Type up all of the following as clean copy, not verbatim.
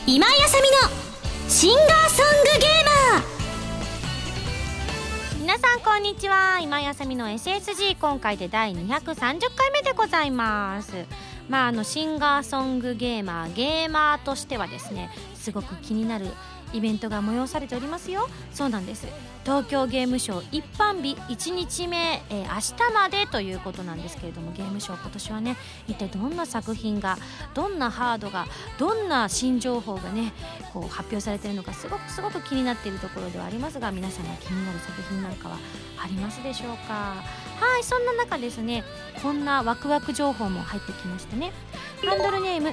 今井あさみのシンガーソングゲーマー。 皆さんこんにちは、今井あさみの SSG 今回で第230回目でございます。シンガーソングゲーマーとしてはですね、すごく気になるイベントが催されておりますよ。そうなんです、東京ゲームショウ一般日1日目、明日までということなんですけれども、ゲームショウ今年はね、一体どんな作品が、どんなハードが、どんな新情報がねこう発表されているのか、すごく気になっているところではありますが、皆さんが気になる作品なんかはありますでしょうか。はい、そんな中ですね、こんなワクワク情報も入ってきましたね。ハンドルネーム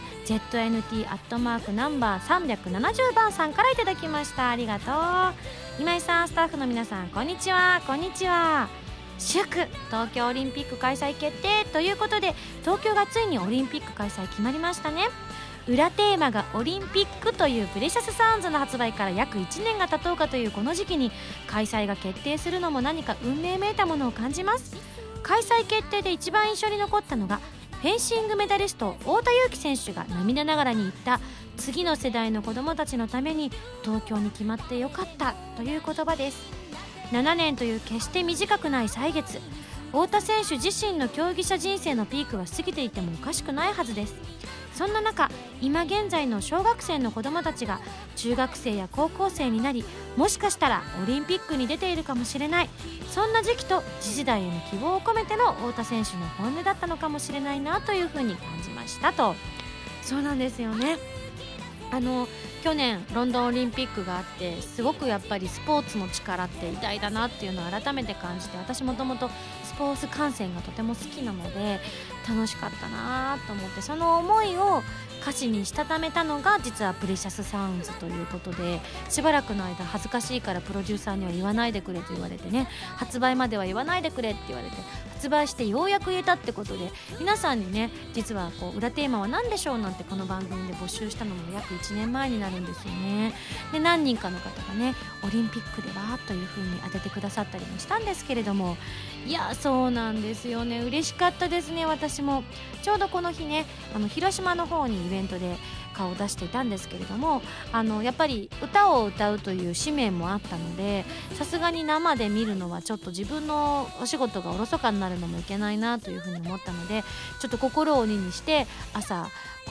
ZNT@370 番さんからいただきました。ありがとう。今井さん、スタッフの皆さん、こんにちは。こんにちは。祝東京オリンピック開催決定ということで、東京がついにオリンピック開催決まりましたね。裏テーマがオリンピックというプレシャスサウンズの発売から約1年が経とうかというこの時期に開催が決定するのも何か運命めいたものを感じます。開催決定で一番印象に残ったのが、フェンシングメダリスト太田雄貴選手が涙ながらに言った、次の世代の子どもたちのために東京に決まってよかったという言葉です。7年という決して短くない歳月、太田選手自身の競技者人生のピークは過ぎていてもおかしくないはずです。そんな中、今現在の小学生の子どもたちが中学生や高校生になり、もしかしたらオリンピックに出ているかもしれない、そんな時期と次世代への希望を込めての太田選手の本音だったのかもしれないなというふうに感じましたと。そうなんですよね。去年ロンドンオリンピックがあって、すごくやっぱりスポーツの力って偉大だなっていうのを改めて感じて、私もともとスポーツ観戦がとても好きなので楽しかったなと思って、その思いを歌詞にしたためたのが実はプレシャスサウンズということで、しばらくの間恥ずかしいからプロデューサーには言わないでくれと言われてね、発売までは言わないでくれって言われて、発売してようやく言えたってことで、皆さんにね、実はこう裏テーマは何でしょうなんてこの番組で募集したのも約1年前になるんですよね。で、何人かの方がね、オリンピックではという風に当ててくださったりもしたんですけれども、いやそうなんですよね、嬉しかったですね。私もちょうどこの日ね、広島の方にイベントで顔を出していたんですけれども、やっぱり歌を歌うという使命もあったので、さすがに生で見るのはちょっと自分のお仕事がおろそかになるのもいけないなというふうに思ったので、ちょっと心を鬼にして朝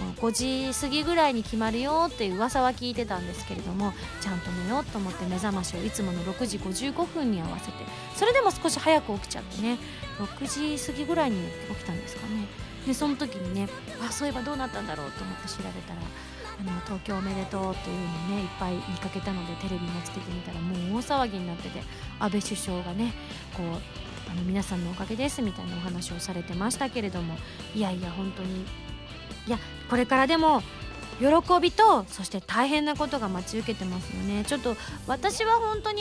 5時過ぎぐらいに決まるよっていう噂は聞いてたんですけれども、ちゃんと寝ようと思って目覚ましをいつもの6時55分に合わせて、それでも少し早く起きちゃってね、6時過ぎぐらいに起きたんですかね。でその時にね、そういえばどうなったんだろうと思って調べたら、東京おめでとうっていうのをねいっぱい見かけたので、テレビもつけてみたらもう大騒ぎになってて、安倍首相がねこう皆さんのおかげですみたいなお話をされてましたけれども、いや本当に、これからでも喜びと、そして大変なことが待ち受けてますよね。ちょっと私は本当に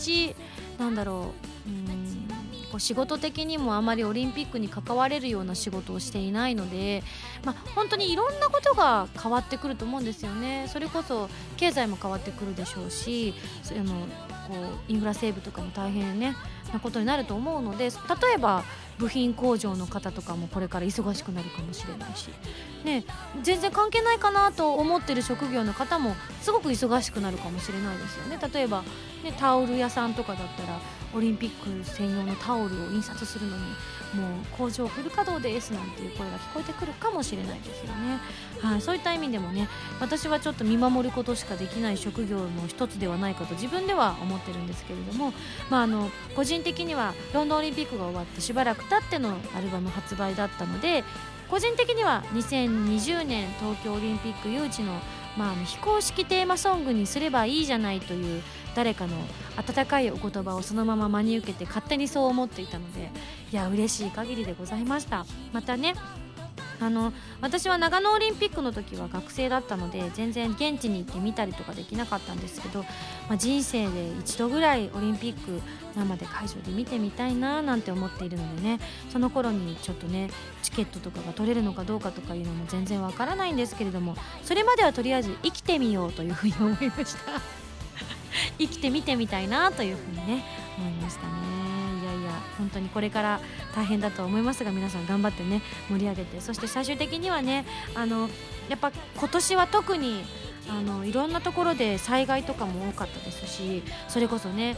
こう仕事的にもあまりオリンピックに関われるような仕事をしていないので、本当にいろんなことが変わってくると思うんですよね。それこそ経済も変わってくるでしょうし、こうインフラ整備とかも大変なことになると思うので、例えば部品工場の方とかもこれから忙しくなるかもしれないし、全然関係ないかなと思ってる職業の方もすごく忙しくなるかもしれないですよね。例えば、タオル屋さんとかだったらオリンピック専用のタオルを印刷するのにもう工場フル稼働ですなんていう声が聞こえてくるかもしれないですよね。そういった意味でもね、私はちょっと見守ることしかできない職業の一つではないかと自分では思ってるんですけれども、個人的にはロンドンオリンピックが終わってしばらく経ってのアルバム発売だったので、個人的には2020年東京オリンピック誘致の、非公式テーマソングにすればいいじゃないという誰かの温かいお言葉をそのまま真に受けて勝手にそう思っていたので、嬉しい限りでございました。またね、私は長野オリンピックの時は学生だったので全然現地に行って見たりとかできなかったんですけど、人生で一度ぐらいオリンピック生で会場で見てみたいななんて思っているのでね、その頃にちょっとねチケットとかが取れるのかどうかとかいうのも全然わからないんですけれども、それまではとりあえず生きてみようというふうに思いました生きてみてみたいなというふうにね思いましたね。本当にこれから大変だと思いますが、皆さん頑張ってね盛り上げて、そして最終的にはねやっぱ今年は特にいろんなところで災害とかも多かったですし、それこそね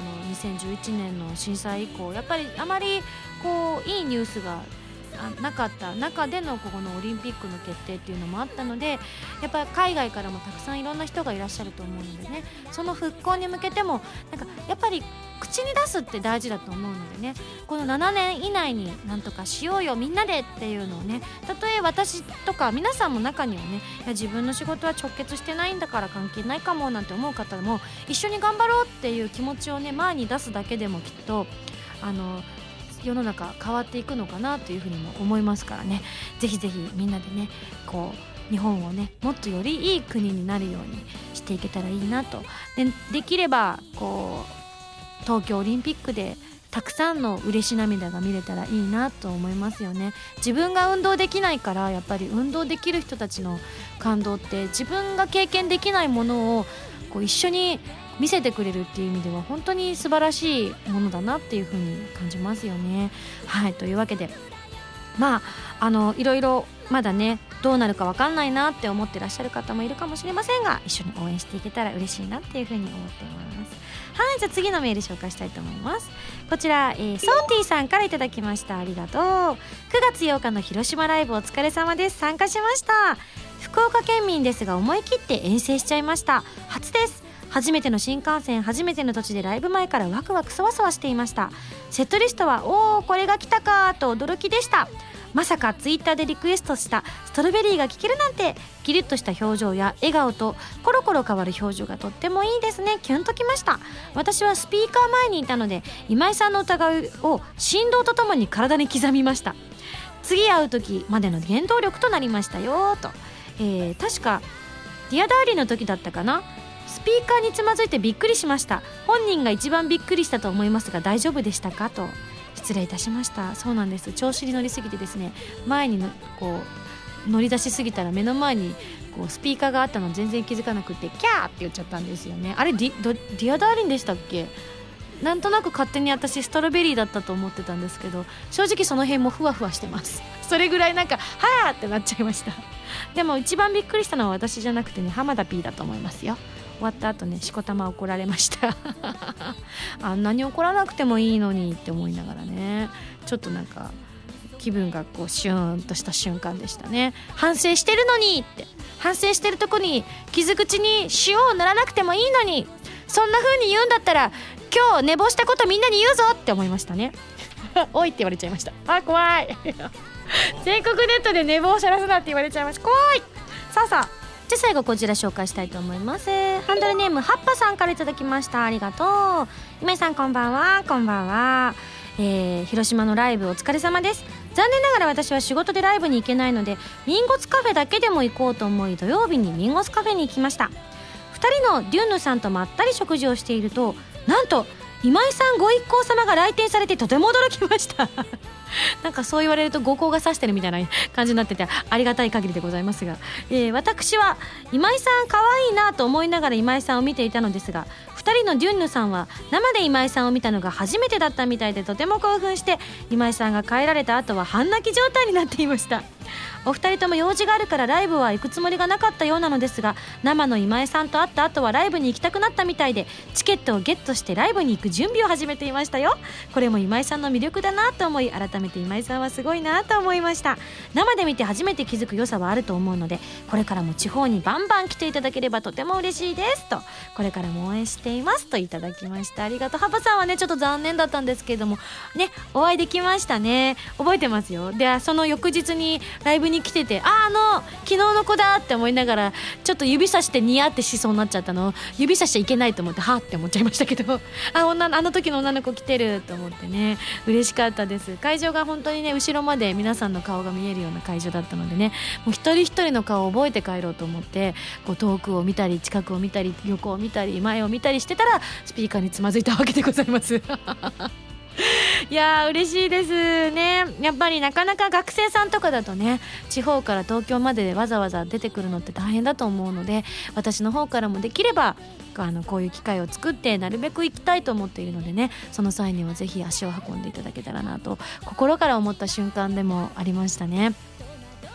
2011年の震災以降やっぱりあまりこういいニュースがなかった中でのここのオリンピックの決定っていうのもあったので、やっぱり海外からもたくさんいろんな人がいらっしゃると思うのでね、その復興に向けてもなんかやっぱり口に出すって大事だと思うのでね、この7年以内になんとかしようよみんなでっていうのをね、たとえ私とか皆さんも中にはね、いや自分の仕事は直結してないんだから関係ないかもなんて思う方も一緒に頑張ろうっていう気持ちをね前に出すだけでもきっと世の中変わっていくのかなというふうにも思いますからね、ぜひぜひみんなでねこう日本をねもっとよりいい国になるようにしていけたらいいなと。 できればこう東京オリンピックでたくさんの嬉し涙が見れたらいいなと思いますよね。自分が運動できないからやっぱり運動できる人たちの感動って自分が経験できないものをこう一緒に見せてくれるっていう意味では本当に素晴らしいものだなっていう風に感じますよね。はい、というわけでいろいろまだねどうなるか分かんないなって思ってらっしゃる方もいるかもしれませんが、一緒に応援していけたら嬉しいなっていう風に思っています。はい、じゃあ次のメール紹介したいと思います。こちら、ソーティーさんからいただきました。ありがとう。9月8日の広島ライブお疲れ様です。参加しました。福岡県民ですが思い切って遠征しちゃいました。初です。初めての新幹線、初めての土地でライブ前からワクワクそわそわしていました。セットリストはおーこれが来たかと驚きでした。まさかツイッターでリクエストしたストロベリーが聴けるなんて。キリッとした表情や笑顔とコロコロ変わる表情がとってもいいですね。キュンときました。私はスピーカー前にいたので今井さんの歌声を振動とともに体に刻みました。次会う時までの原動力となりましたよと、確かディアダーリーの時だったかな。スピーカーにつまずいてびっくりしました。本人が一番びっくりしたと思いますが大丈夫でしたかと。失礼いたしました。そうなんです。調子に乗りすぎてですね、前にこう乗り出しすぎたら目の前にこうスピーカーがあったの全然気づかなくてキャーって言っちゃったんですよね。あれディアダーリンでしたっけ。なんとなく勝手に私ストロベリーだったと思ってたんですけど、正直その辺もふわふわしてます。それぐらいなんかはーってなっちゃいました。でも一番びっくりしたのは私じゃなくてね、浜田 P だと思いますよ。終わった後ねしこたま怒られましたあんなに怒らなくてもいいのにって思いながらね、ちょっとなんか気分がこうシューンとした瞬間でしたね。反省してるのにって、反省してるとこに傷口に塩を塗らなくてもいいのに、そんな風に言うんだったら今日寝坊したことみんなに言うぞって思いましたねおいって言われちゃいました。あ、怖い全国ネットで寝坊を知らすなって言われちゃいました。怖い。さあさあ、じゃあ最後こちら紹介したいと思います。ハンドルネームハッパさんからいただきました。ありがとう。今井さんこんばんは。こんばんは。広島のライブお疲れ様です。残念ながら私は仕事でライブに行けないのでミンゴスカフェだけでも行こうと思い土曜日にミンゴスカフェに行きました。2人のデュンヌさんとまったり食事をしていると、なんと今井さんご一行様が来店されてとても驚きましたなんかそう言われると五行が指してるみたいな感じになっててありがたい限りでございますが、私は今井さん可愛いなと思いながら今井さんを見ていたのですが、2人のデュンヌさんは生で今井さんを見たのが初めてだったみたいでとても興奮して、今井さんが帰られた後は半泣き状態になっていました。お二人とも用事があるからライブは行くつもりがなかったようなのですが、生の今井さんと会った後はライブに行きたくなったみたいでチケットをゲットしてライブに行く準備を始めていましたよ。これも今井さんの魅力だなと思い、改めて今井さんはすごいなと思いました。生で見て初めて気づく良さはあると思うので、これからも地方にバンバン来ていただければとても嬉しいですと、これからも応援していますといただきました。ありがとう。ハパさんはねちょっと残念だったんですけれどもね、お会いできましたね。覚えてますよ。でその翌日にライブに来てて、昨日の子だって思いながらちょっと指さしてニヤってしそうになっちゃったのを指さしちゃいけないと思ってはって思っちゃいましたけどあの時の女の子来てると思ってね、嬉しかったです。会場が本当にね後ろまで皆さんの顔が見えるような会場だったのでね、もう一人一人の顔を覚えて帰ろうと思ってこう遠くを見たり近くを見たり横を見たり前を見たりしてたらスピーカーにつまずいたわけでございますいやー嬉しいですね。やっぱりなかなか学生さんとかだとね地方から東京までわざわざ出てくるのって大変だと思うので、私の方からもできればこういう機会を作ってなるべく行きたいと思っているのでね、その際にはぜひ足を運んでいただけたらなと心から思った瞬間でもありましたね。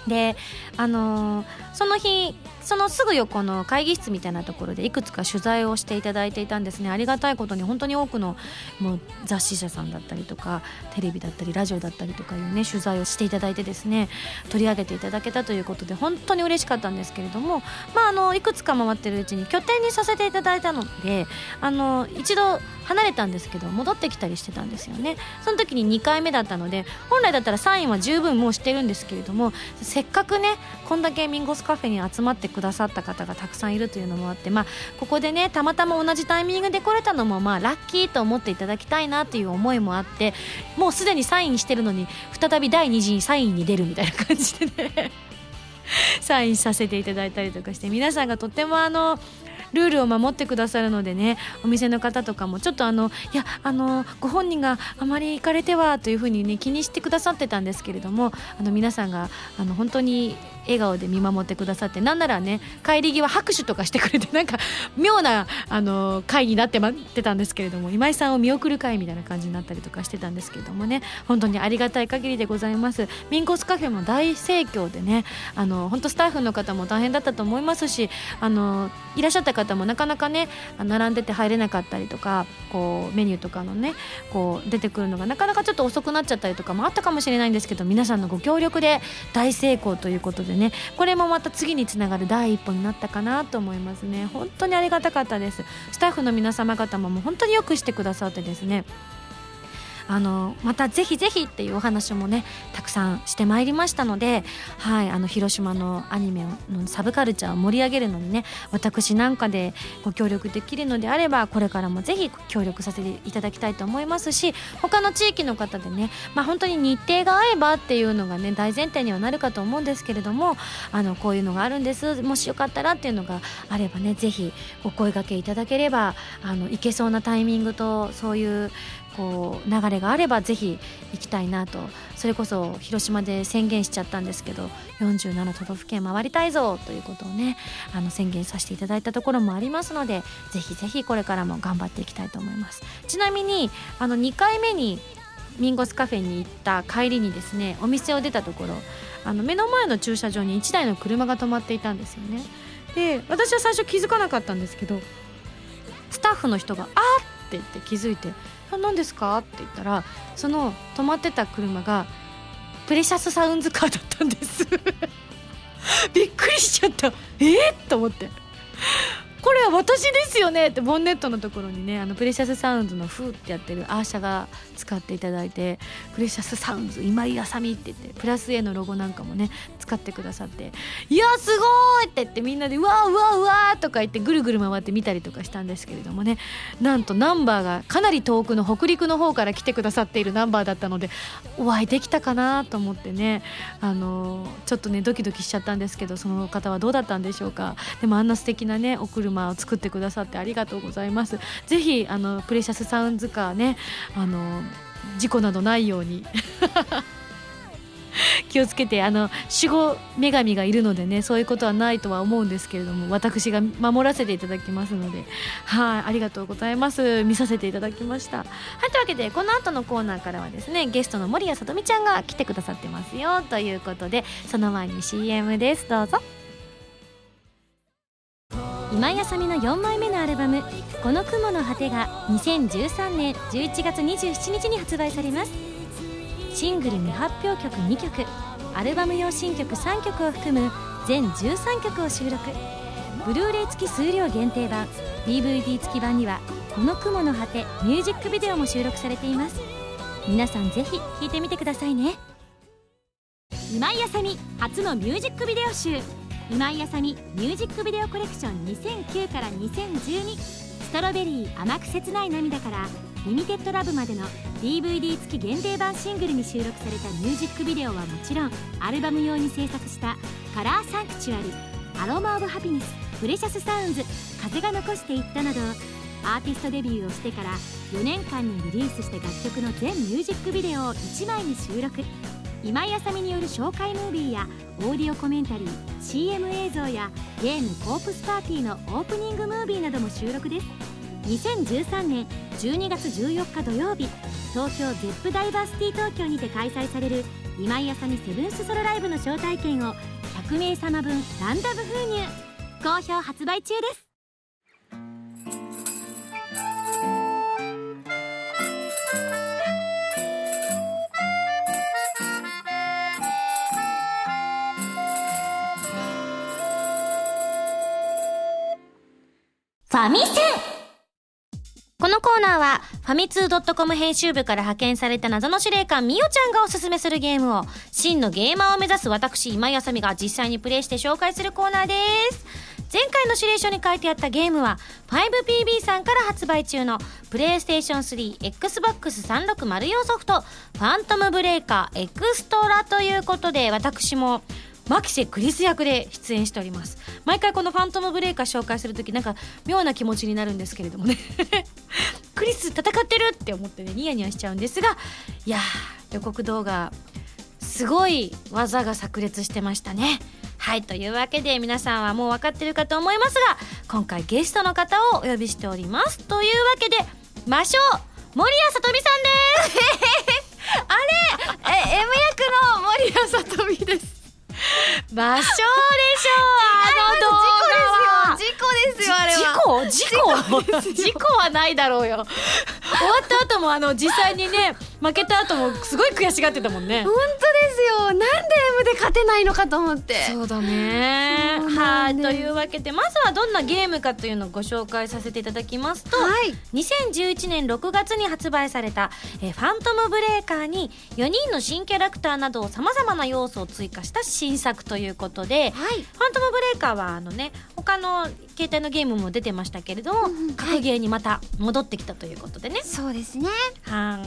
でその日そのすぐ横の会議室みたいなところでいくつか取材をしていただいていたんですね。ありがたいことに本当に多くのもう雑誌社さんだったりとかテレビだったりラジオだったりとかいうね取材をしていただいてですね、取り上げていただけたということで本当に嬉しかったんですけれども、いくつか回ってるうちに拠点にさせていただいたので一度離れたんですけど戻ってきたりしてたんですよね。その時に2回目だったので本来だったらサインは十分もうしてるんですけれども、せっかくねこんだけミンゴスカフェに集まってくださった方がたくさんいるというのもあって、ここでねたまたま同じタイミングで来れたのもラッキーと思っていただきたいなという思いもあって、もうすでにサインしてるのに再び第2次にサインに出るみたいな感じでねサインさせていただいたりとかして、皆さんがとってもルールを守ってくださるのでね、お店の方とかもちょっとご本人があまり行かれてはというふうにね気にしてくださってたんですけれども、皆さんが本当に笑顔で見守ってくださって、なんならね帰り際拍手とかしてくれて、なんか妙な会になって待ってたんですけれども、今井さんを見送る会みたいな感じになったりとかしてたんですけれどもね、本当にありがたい限りでございます。ミンコスカフェも大盛況でね、本当スタッフの方も大変だったと思いますし、いらっしゃった方もなかなかね並んでて入れなかったりとか、こうメニューとかのねこう出てくるのがなかなかちょっと遅くなっちゃったりとかもあったかもしれないんですけど、皆さんのご協力で大成功ということでね、これもまた次につながる第一歩になったかなと思いますね。本当にありがたかったです。スタッフの皆様方も本当によくしてくださってですね、またぜひぜひっていうお話もねたくさんしてまいりましたので、広島のアニメのサブカルチャーを盛り上げるのにね、私なんかでご協力できるのであればこれからもぜひ協力させていただきたいと思いますし、他の地域の方でね、本当に日程が合えばっていうのがね大前提にはなるかと思うんですけれども、こういうのがあるんです、もしよかったらっていうのがあればね、ぜひお声掛けいただければ行けそうなタイミングとそういうこう流れがあればぜひ行きたいなと。それこそ広島で宣言しちゃったんですけど、47都道府県回りたいぞということをね宣言させていただいたところもありますので、ぜひぜひこれからも頑張っていきたいと思います。ちなみに2回目にミンゴスカフェに行った帰りにですね、お店を出たところ目の前の駐車場に1台の車が止まっていたんですよね。で私は最初気づかなかったんですけど、スタッフの人が「あっ!」って言って気づいて「何ですか?」って言ったら、その止まってた車がプレシャスサウンズカーだったんですびっくりしちゃった。と思って、これは私ですよねってボンネットのところにねプレシャスサウンズのフーってやってるアーシャが使っていただいて、プレシャスサウンズ今井あさみって言ってプラス A のロゴなんかもね使ってくださって、いやすごいって言ってみんなでうわうわうわとか言ってぐるぐる回って見たりとかしたんですけれどもね、なんとナンバーがかなり遠くの北陸の方から来てくださっているナンバーだったので、お会いできたかなと思ってねちょっとねドキドキしちゃったんですけど、その方はどうだったんでしょうか。でもあんな素敵なねお車を作ってくださってありがとうございます。ぜひプレシャスサウンズカーね事故などないように気をつけて、守護女神がいるのでねそういうことはないとは思うんですけれども、私が守らせていただきますので、ありがとうございます。見させていただきました。というわけでこの後のコーナーからはですねゲストの守屋さとみちゃんが来てくださってますよということで、その前に CM です。どうぞ。 今井あさみの4枚目のアルバム「この雲の果て」が2013年11月27日に発売されます。シングル未発表曲2曲、アルバム用新曲3曲を含む全13曲を収録。ブルーレイ付き数量限定版、 DVD 付き版には「この雲の果て」ミュージックビデオも収録されています。皆さんぜひ聴いてみてくださいね。今井あさみ初のミュージックビデオ集、今井あさみミュージックビデオコレクション2009から2012、ストロベリー甘く切ない涙からリミテッドラブまでの DVD 付き限定版シングルに収録されたミュージックビデオはもちろん、アルバム用に制作したカラーサンクチュアリ、アロマオブハピネス、プレシャスサウンズ、風が残していったなど、アーティストデビューをしてから4年間にリリースした楽曲の全ミュージックビデオを1枚に収録。今井あさみによる紹介ムービーやオーディオコメンタリー、 CM 映像やゲームコープスパーティーのオープニングムービーなども収録です。2013年12月14日土曜日、東京ゼップダイバーシティ東京にて開催される今井あさみセブンスソロライブの招待券を100名様分ランダム封入。好評発売中です。ファミセン。このコーナーはファミツー .com 編集部から派遣された謎の司令官みおちゃんがおすすめするゲームを真のゲーマーを目指す私今井あさみが実際にプレイして紹介するコーナーです。前回の指令書に書いてあったゲームは 5PB さんから発売中のプレイステーション 3Xbox360 ソフトファントムブレイカーエクストラということで、私もマキセクリス役で出演しております。毎回このファントムブレイカー紹介するときなんか妙な気持ちになるんですけれどもねクリス戦ってるって思ってねニヤニヤしちゃうんですが、いやー予告動画すごい技が炸裂してましたね。はい、というわけで皆さんはもう分かってるかと思いますが、今回ゲストの方をお呼びしております。というわけで魔性守谷さとみさんですあれM 役の守谷さとみです。 魔性でしょあの動画は。 事故ですよあれは。 事故はないだろうよ。終わった後も実際にね負けた後もすごい悔しがってたもんね。 本当ですよ。なんで M で勝てないのかと思って。 そうだね。はい、というわけでまずはどんなゲームかというのをご紹介させていただきますと、はい、2011年6月に発売された、ファントムブレーカーに4人の新キャラクターなどさまざまな要素を追加した新作ということで、はい、ファントムブレーカーは他の携帯のゲームも出てましたけれども、格ゲーにまた戻ってきたということでね。 そうですね。 はい。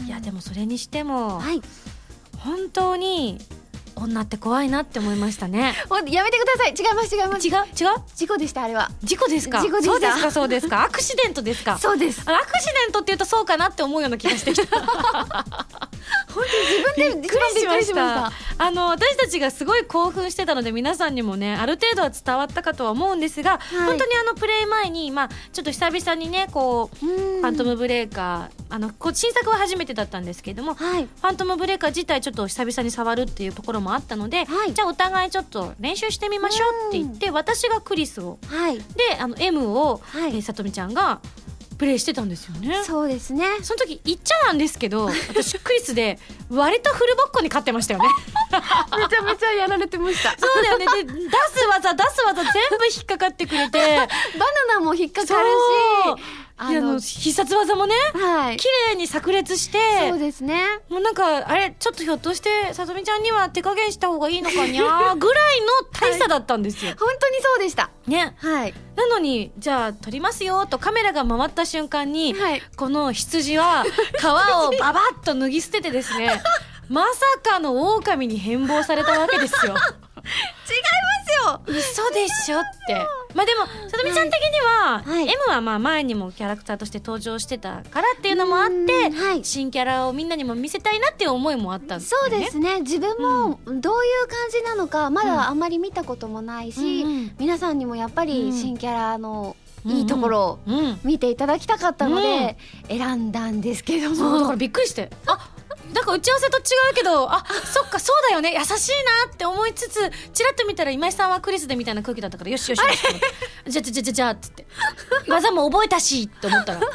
いやでもそれにしても、 はい、 本当に女って怖いなって思いましたね。 やめてください。違います。 違う事故でした。あれは事故ですか。 事故でした。 そうですかアクシデントですか。 そうです。 アクシデントって言うとそうかなって思うような気がしてきた本当に自分でびっくりしました。 私たちがすごい興奮してたので皆さんにもねある程度は伝わったかとは思うんですが、はい、本当にプレイ前に、ちょっと久々にねこうファントムブレーカー新作は初めてだったんですけれども、はい、ファントムブレーカー自体ちょっと久々に触るっていうところもあったので、はい、じゃあお互いちょっと練習してみましょうって言って私がクリスを、はい、でM を、はい、さとみちゃんがプレイしてたんですよね。 そうですね。 その時言っちゃなんですけど私クリスで割とフルボッコに勝ってましたよねめちゃめちゃやられてました。 そうだよね。で出す技全部引っかかってくれてバナナも引っかかるし必殺技もね、はい、綺麗に炸裂して。 そうですね。 もうなんかあれちょっとひょっとしてさとみちゃんには手加減した方がいいのかにゃぐらいの大差だったんですよ、 はい、本当にそうでしたね、はい、なのにじゃあ撮りますよとカメラが回った瞬間に、はい、この羊は皮をババッと脱ぎ捨ててですねまさかの狼に変貌されたわけですよ違いますよ。 嘘でしょって。でもさとみちゃん的には、はい、M は前にもキャラクターとして登場してたからっていうのもあって、はい、新キャラをみんなにも見せたいなっていう思いもあったんですよね。 そうですね。自分もどういう感じなのかまだあんまり見たこともないし、皆さんにもやっぱり新キャラのいいところを見ていただきたかったので選んだんですけども、 そうだからびっくりしてなんか打ち合わせと違うけどそっかそうだよね優しいなって思いつつチラッと見たら今井さんはクリスでみたいな空気だったからよしじゃあっつって技も覚えたしって思ったら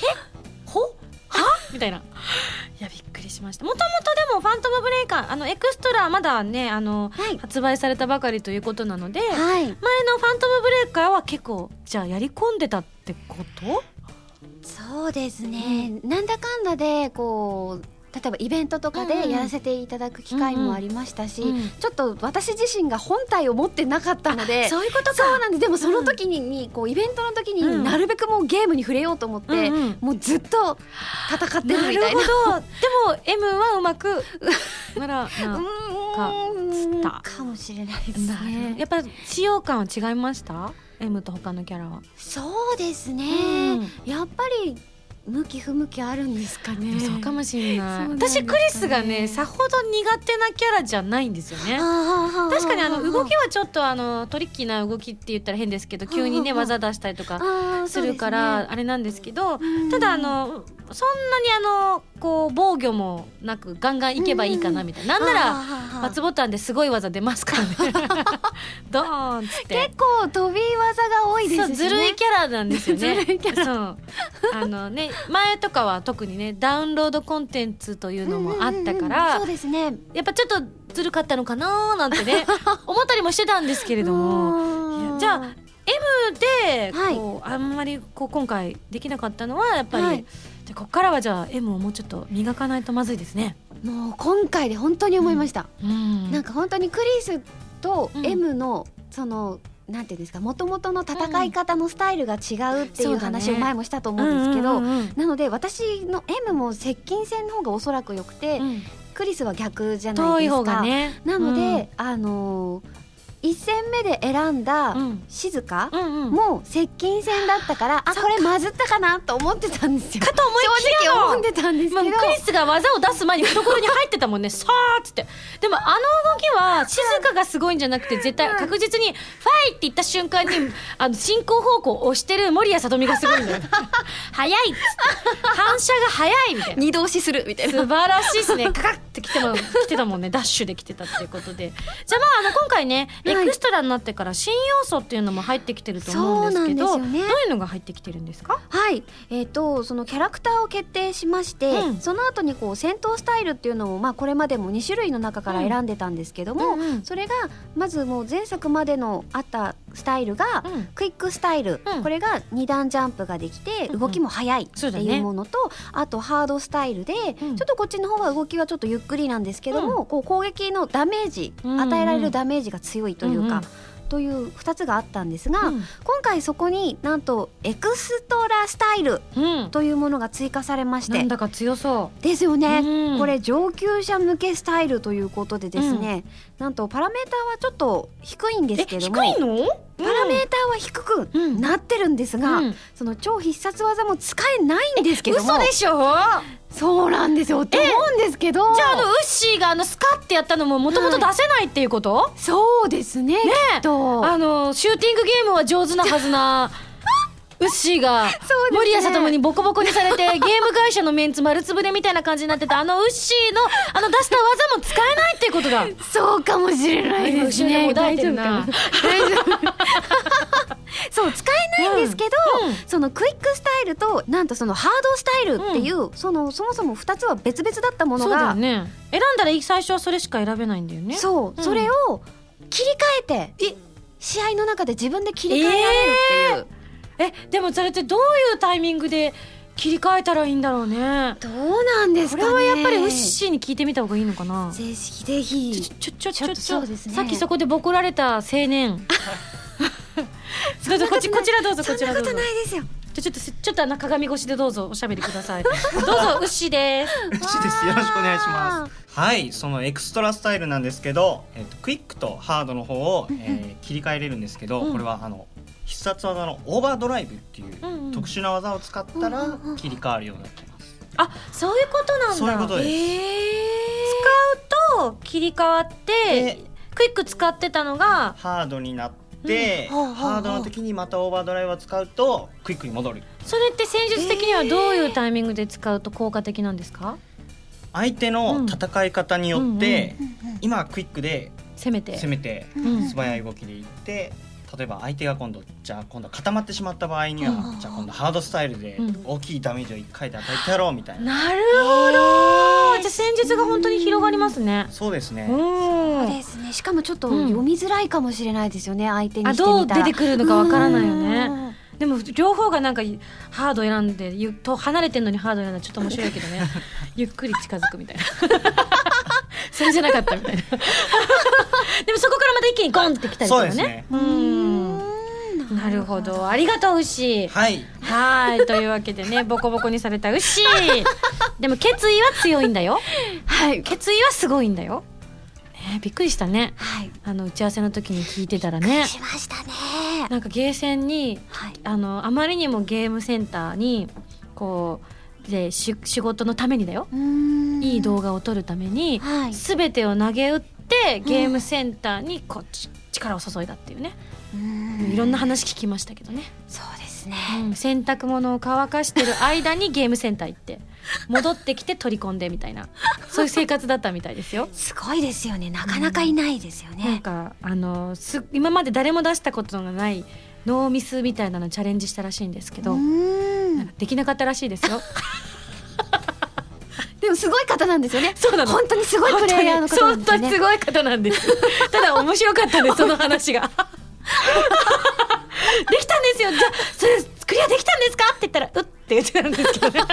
はみたいな。いやびっくりしました。もともとでもファントムブレイカーエクストラまだねはい、発売されたばかりということなので、はい、前のファントムブレイカーは結構じゃあやり込んでたってこと？ そうですね、なんだかんだでこう例えばイベントとかでやらせていただく機会もありましたし、ちょっと私自身が本体を持ってなかったので。 そういうことか。 そうなんです。でもその時に、こうイベントの時になるべくもうゲームに触れようと思って、もうずっと戦ってるみたいな。 なるほど。でも M はうまくならなかもしれないですね。 やっぱ使用感は違いました？ M と他のキャラは。 そうですね、やっぱり向き不向きあるんですかね。 そうかもしれない。私クリスがねさほど苦手なキャラじゃないんですよね。確かに動きはちょっとトリッキーな動きって言ったら変ですけど急にね技出したりとかするからあれなんですけど、ただそんなにこう防御もなくガンガンいけばいいかなみたいな、なんなら×ボタンですごい技出ますからねドーンっつって結構飛び技が多いですしね。 そうずるいキャラなんですよねずるいキャラそうね前とかは特にねダウンロードコンテンツというのもあったから、 そうですね、 やっぱちょっとずるかったのかななんてね思ったりもしてたんですけれども、じゃあ M でこう、あんまりこう今回できなかったのはやっぱり、じゃここからはじゃあ M をもうちょっと磨かないとまずいですね。 もう今回で本当に思いました、なんか本当にクリスと M のそのなんていうんですか、元々の戦い方のスタイルが違うっていう話を前もしたと思うんですけど、なので私の M も接近戦の方がおそらく良くて、クリスは逆じゃないですか。遠い方がね。なので、1戦目で選んだ静香も接近戦だったから、あ、これまずったかなと思ってたんですよ。 かと思いきや正直思ってたんですけど、 クリスが技を出す前に懐に入ってたもんねさーっつって。でも動きは静香がすごいんじゃなくて、絶対確実にファイって言った瞬間に進行方向を押してる守屋さとみがすごいんだよ早いっつって反射が早いみたいな、 二度押しするみたいな、 素晴らしいですね。カカッて来てたもんねダッシュで来てたっていうことで、じゃあ今回ねエクストラになってから新要素っていうのも入ってきてると思うんですけど、どういうのが入ってきてるんですか？ はい、そのキャラクターを決定しまして、その後にこう戦闘スタイルっていうのも、これまでも2種類の中から選んでたんですけども、それがまずもう前作までのあったスタイルが、クイックスタイル、これが2段ジャンプができて動きも速いっていうものと、あとハードスタイルで、ちょっとこっちの方は動きはちょっとゆっくりなんですけども、こう攻撃のダメージ、与えられるダメージが強いというか、という2つがあったんですが、今回そこになんとエクストラスタイルというものが追加されまして、 なんだか強そうですよね、これ上級者向けスタイルということでですね、なんとパラメーターはちょっと低いんですけども、 低いの？ パラメーターは低くなってるんですが、その超必殺技も使えないんですけども。 嘘でしょ？ そうなんですよって思うんですけど、 じゃあウッシーがスカってやったのももともと出せないっていうこと？ そうですね、きっとシューティングゲームは上手なはずなウッシーが森谷里にボコボコにされてゲーム会社のメンツ丸つぶれみたいな感じになってたウッシーの出した技も使えないっていうことだ。 そうかもしれないですね。 大丈夫かなそう使えないんですけど、そのクイックスタイルとなんとそのハードスタイルっていう、そもそも2つは別々だったものが、 そうだよね、選んだら最初はそれしか選べないんだよね。 そう、それを切り替えて試合の中で自分で切り替えられるっていう、 でもそれってどういうタイミングで切り替えたらいいんだろうね。 どうなんですかね。 これはやっぱりウッシーに聞いてみた方がいいのかな。 ぜひぜひ。 ちょそうですね、さっきそこでボコられた青年どうぞこちらどうぞ、こちらどうぞ。そんなことないですよ。ちょっと鏡越しでどうぞおしゃべりくださいどうぞウッシーです。 ウッシーです。よろしくお願いします。はい、そのエクストラスタイルなんですけど、クイックとハードの方を、切り替えれるんですけど、これは必殺技のオーバードライブっていう特殊な技を使ったら切り替わるようになってます。 あ、そういうことなんだ。 そういうことです。 使うと切り替わってクイック使ってたのがハードになって、ハードの時にまたオーバードライブを使うとクイックに戻る。 それって戦術的にはどういうタイミングで使うと効果的なんですか？ 相手の戦い方によって、今はクイックで攻めて素早い動きでいって、例えば相手が今度固まってしまった場合には、じゃあ今度ハードスタイルで大きいダメージを1回で与えてやろうみたいな。 なるほど。じゃあ戦術が本当に広がりますね。 そうですね。 そうですね。しかもちょっと読みづらいかもしれないですよね、相手にしてみたら。 どう出てくるのかわからないよね。でも両方がなんかハード選んで離れてんのにハード選んだらちょっと面白いけどねゆっくり近づくみたいなそれじゃなかったみたいなでもそこからまた一気にゴンってきたりとかね。 そうですね。 なるほど、ありがとうウッシー。はいというわけでね、ボコボコにされたウッシーでも決意は強いんだよ。はい、決意はすごいんだよ。びっくりしたね、打ち合わせの時に聞いてたらね。びっくりしましたね。なんかゲーセンに、あまりにもゲームセンターにこうで仕事のためにだよ、いい動画を撮るために、全てを投げ打ってゲームセンターに力を注いだっていうね、いろんな話聞きましたけどね。 そうですね、 洗濯物を乾かしてる間にゲームセンター行って戻ってきて取り込んでみたいなそういう生活だったみたいですよ。 すごいですよね。なかなかいないですよね。 なんか今まで誰も出したことがないノーミスみたいなのチャレンジしたらしいんですけど、なんかできなかったらしいですよ。 でもすごい方なんですよね。 そうなの。 本当にすごいプレイヤーの方なんですね。 本当にすごい方なんです。ただ面白かったですその話が。できたんですよ。じゃあそれクリアできたんですかって言ったらうって言ってたんですけどね。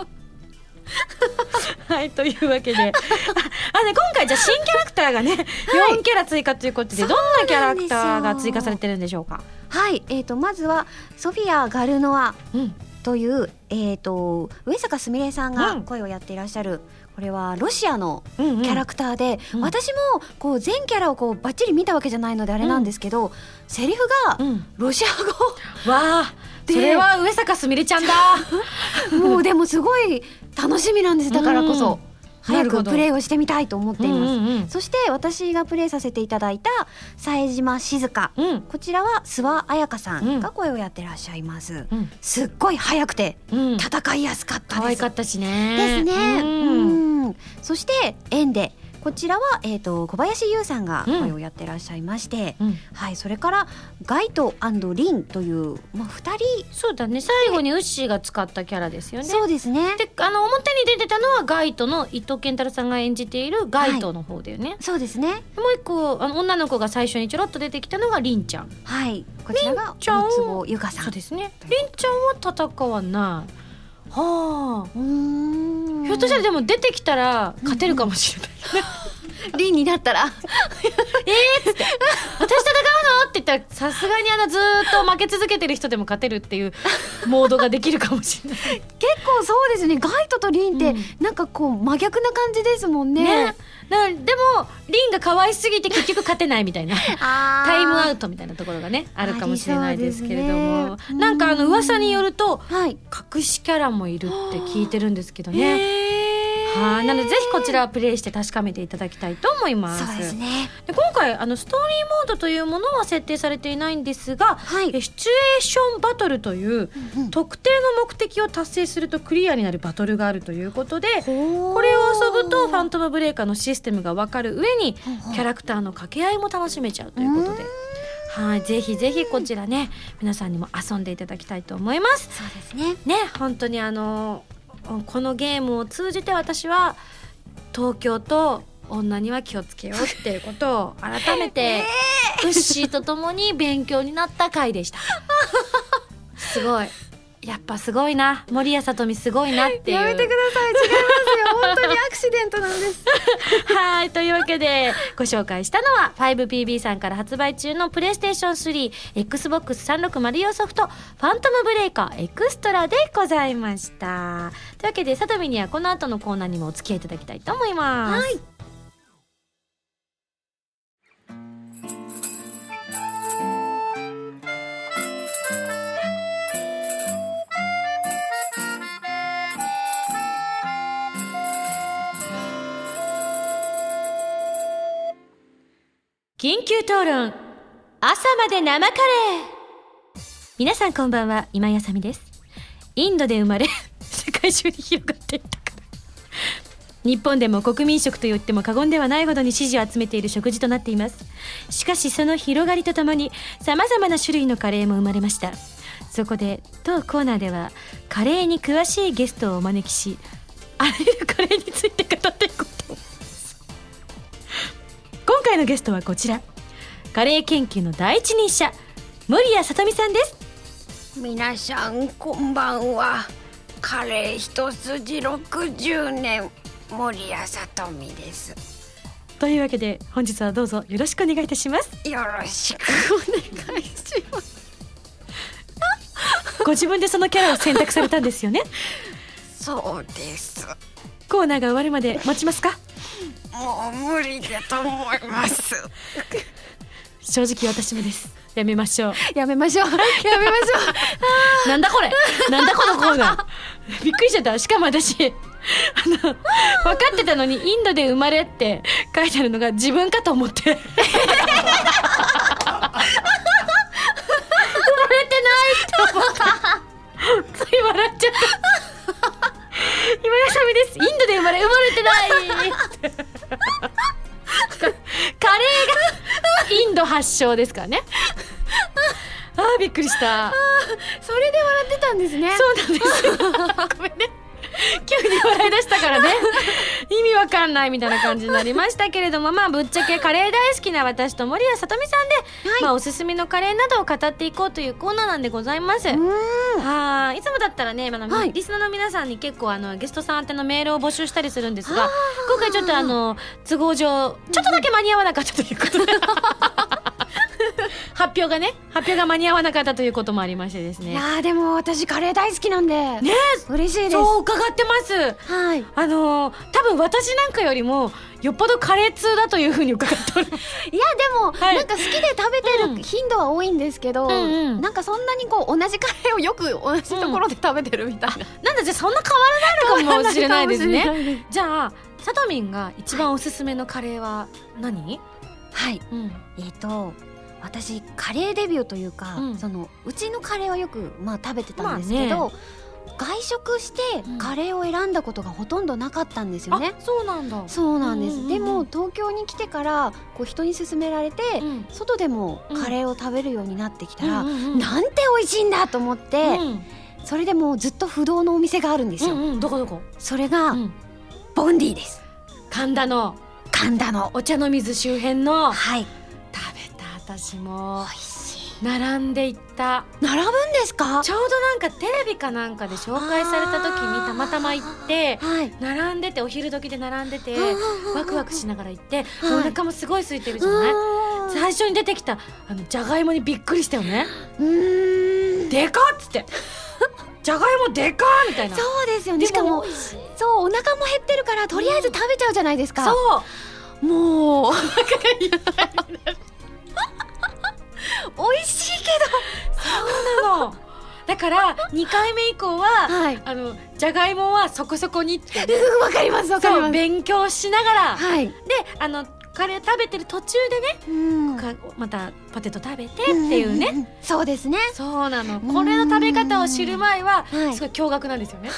はいというわけでね、今回じゃあ新キャラクターがね、4キャラ追加ということで、どんなキャラクターが追加されてるんでしょうか。 はい、まずはソフィア・ガルノアという、上坂すみれさんが声をやっていらっしゃる、これはロシアのキャラクターで、私もこう全キャラをこうバッチリ見たわけじゃないのであれなんですけど、セリフがロシア語、 わあ、それは上坂すみれちゃんだ。 もうでもすごい楽しみなんです。だからこそ早くプレイをしてみたいと思っています。そして私がプレイさせていただいた冴島静香、こちらは諏訪彩香さんが声をやってらっしゃいます。すっごい早くて戦いやすかったです。 可愛かったしね。 ですね。そしてエンデ、こちらは、小林優さんが声をやってらっしゃいまして、はい、それからガイト&リンという、2人。 そうだね、最後にウッシーが使ったキャラですよね。 そうですね。 で表に出てたのはガイトの伊藤健太郎さんが演じているガイトの方だよね。 そうですね。 もう一個女の子が最初にちょろっと出てきたのがリンちゃん。 はい、こちらが大坪由香さん。 そうですね。リンちゃんは戦わない。はあ、ひょっとしたらでも出てきたら勝てるかもしれない。 リンになったらっつって私戦うのって言ったら、さすがにずーっと負け続けてる人でも勝てるっていうモードができるかもしれない。 結構そうですね。ガイトとリンってなんかこう真逆な感じですもんね。 でもリンが可愛すぎて結局勝てないみたいなタイムアウトみたいなところがねあるかもしれないですけれども、なんか噂によると、隠しキャラもいるって聞いてるんですけどね。なのでぜひこちらはプレイして確かめていただきたいと思います。 そうですね。 で今回ストーリーモードというものは設定されていないんですが、シチュエーションバトルという、特定の目的を達成するとクリアになるバトルがあるということで、これを遊ぶとファントムブレイカーのシステムが分かる上にキャラクターの掛け合いも楽しめちゃうということで、ぜひぜひこちらね皆さんにも遊んでいただきたいと思います。 そうですね。 本当にこのゲームを通じて私は東京と女には気をつけようっていうことを改めてウッシーとともに勉強になった回でした。すごい、やっぱすごいな、森谷さとみすごいなっていう。 やめてください、違いますよ。本当にアクシデントなんです。 はい、というわけでご紹介したのは 5PB さんから発売中のプレイステーション 3XBOX360 用ソフトファントムブレイカーエクストラでございました。というわけでさとみにはこの後のコーナーにもお付き合いいただきたいと思います。はい、緊急討論、朝まで生カレー。皆さんこんばんは、今井あさみです。インドで生まれ世界中に広がっていったから日本でも国民食と言っても過言ではないほどに支持を集めている食事となっています。しかしその広がりとともに様々な種類のカレーも生まれました。そこで当コーナーではカレーに詳しいゲストをお招きし、あらゆるカレーについて語っていこうと思います。今回のゲストはこちら、カレー研究の第一人者森谷さとみさんです。 皆さんこんばんは。カレー一筋60年森谷さとみです。 というわけで本日はどうぞよろしくお願いいたします。 よろしくお願いします。 ご自分でそのキャラを選択されたんですよね。 そうです。 コーナーが終わるまで待ちますか？ もう無理だと思います。 正直私もです。やめましょう。 やめましょう。やめましょう。なんだこれ。なんだこのコーナー。びっくりしちゃった。しかも私分かってたのにインドで生まれって書いてあるのが自分かと思って。生まれてないって思った。 笑っちゃった今やさみです。インドで生まれてないカレーがインド発祥ですからねびっくりした。 それで笑ってたんですね。 そうなんですごめんね急に笑い出したからね意味わかんないみたいな感じになりましたけれども、まあぶっちゃけカレー大好きな私と森谷さとみさんで、まあおすすめのカレーなどを語っていこうというコーナーなんでございます。いつもだったらね、リスナーの皆さんに結構ゲストさん宛てのメールを募集したりするんですが、今回ちょっと都合上ちょっとだけ間に合わなかったということで発表が間に合わなかったということもありましてですね。 いやでも私カレー大好きなんでね、嬉しいです。 そう伺ってます。 はい。 多分私なんかよりもよっぽどカレー通だというふうに伺っておりますいやでも、なんか好きで食べてる頻度は多いんですけど、なんかそんなにこう同じカレーをよく同じところで食べてるみたいな、 なんだじゃあそんな変わらないのかもしれないですね。じゃあさとみんが一番おすすめのカレーは何？ はい、私カレーデビューというか、うちのカレーはよく食べてたんですけど、外食してカレーを選んだことがほとんどなかったんですよね。 そうなんだ。 そうなんです。でも東京に来てからこう人に勧められて、外でもカレーを食べるようになってきたら、なんて美味しいんだと思って、それでもうずっと不動のお店があるんですよ。 どこ？ それが、ボンディです。 神田のお茶の水周辺の、食べた。私も美味しい。並んでいった。 並ぶんですか？ ちょうどなんかテレビかなんかで紹介された時にたまたま行って、並んでて、お昼時で並んでてワクワクしながら行って、お腹もすごい空いてるじゃない。最初に出てきたじゃがいもにびっくりしたよね。でかっつってじゃがいもでかーみたいな。 そうですよね。しかもそうお腹も減ってるからとりあえず食べちゃうじゃないですか。 そうもうお腹がいっぱいになる美味しいけどそうなの。だから2回目以降は、じゃがいもはそこそこにってわかりますわかります。 勉強しながら、でカレー食べてる途中でね、またポテト食べてっていうね、 そうですね。 そうなの。これの食べ方を知る前はすごい驚愕なんですよね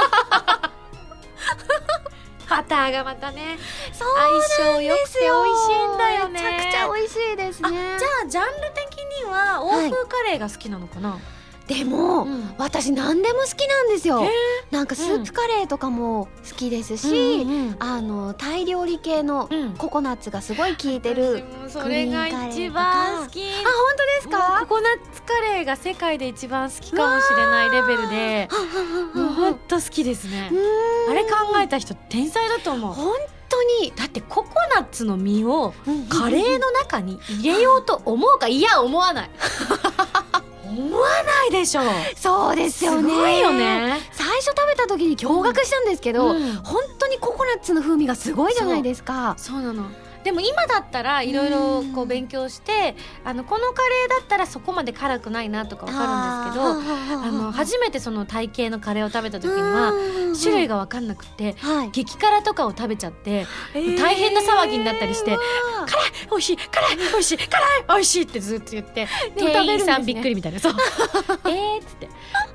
バターがまたね相性良くて美味しいんだよね。 めちゃくちゃ美味しいですね。 じゃあジャンル的には欧風カレーが好きなのかな？ でも、私何でも好きなんですよ。なんかスープカレーとかも好きですし、タイ料理系のココナッツがすごい効いてるそれが一番好き。 本当ですか？ ココナッツカレーが世界で一番好きかもしれないレベルで、もう本当好きですね。あれ考えた人天才だと思う。 本当に。 だってココナッツの実をカレーの中に入れようと思うか？いや思わない思わないでしょ。 そうですよね。 すごいよね。 最初食べた時に驚愕したんですけど、本当にココナッツの風味がすごいじゃないですか。 そうなの。でも今だったらいろいろこう勉強して、このカレーだったらそこまで辛くないなとか分かるんですけど、初めてそのタイ系のカレーを食べた時には種類が分かんなくて、激辛とかを食べちゃって大変な騒ぎになったりして、辛い美味しい辛い美味しい辛い美味しいってずっと言って、店員さんびっくりみたいな。そうっつって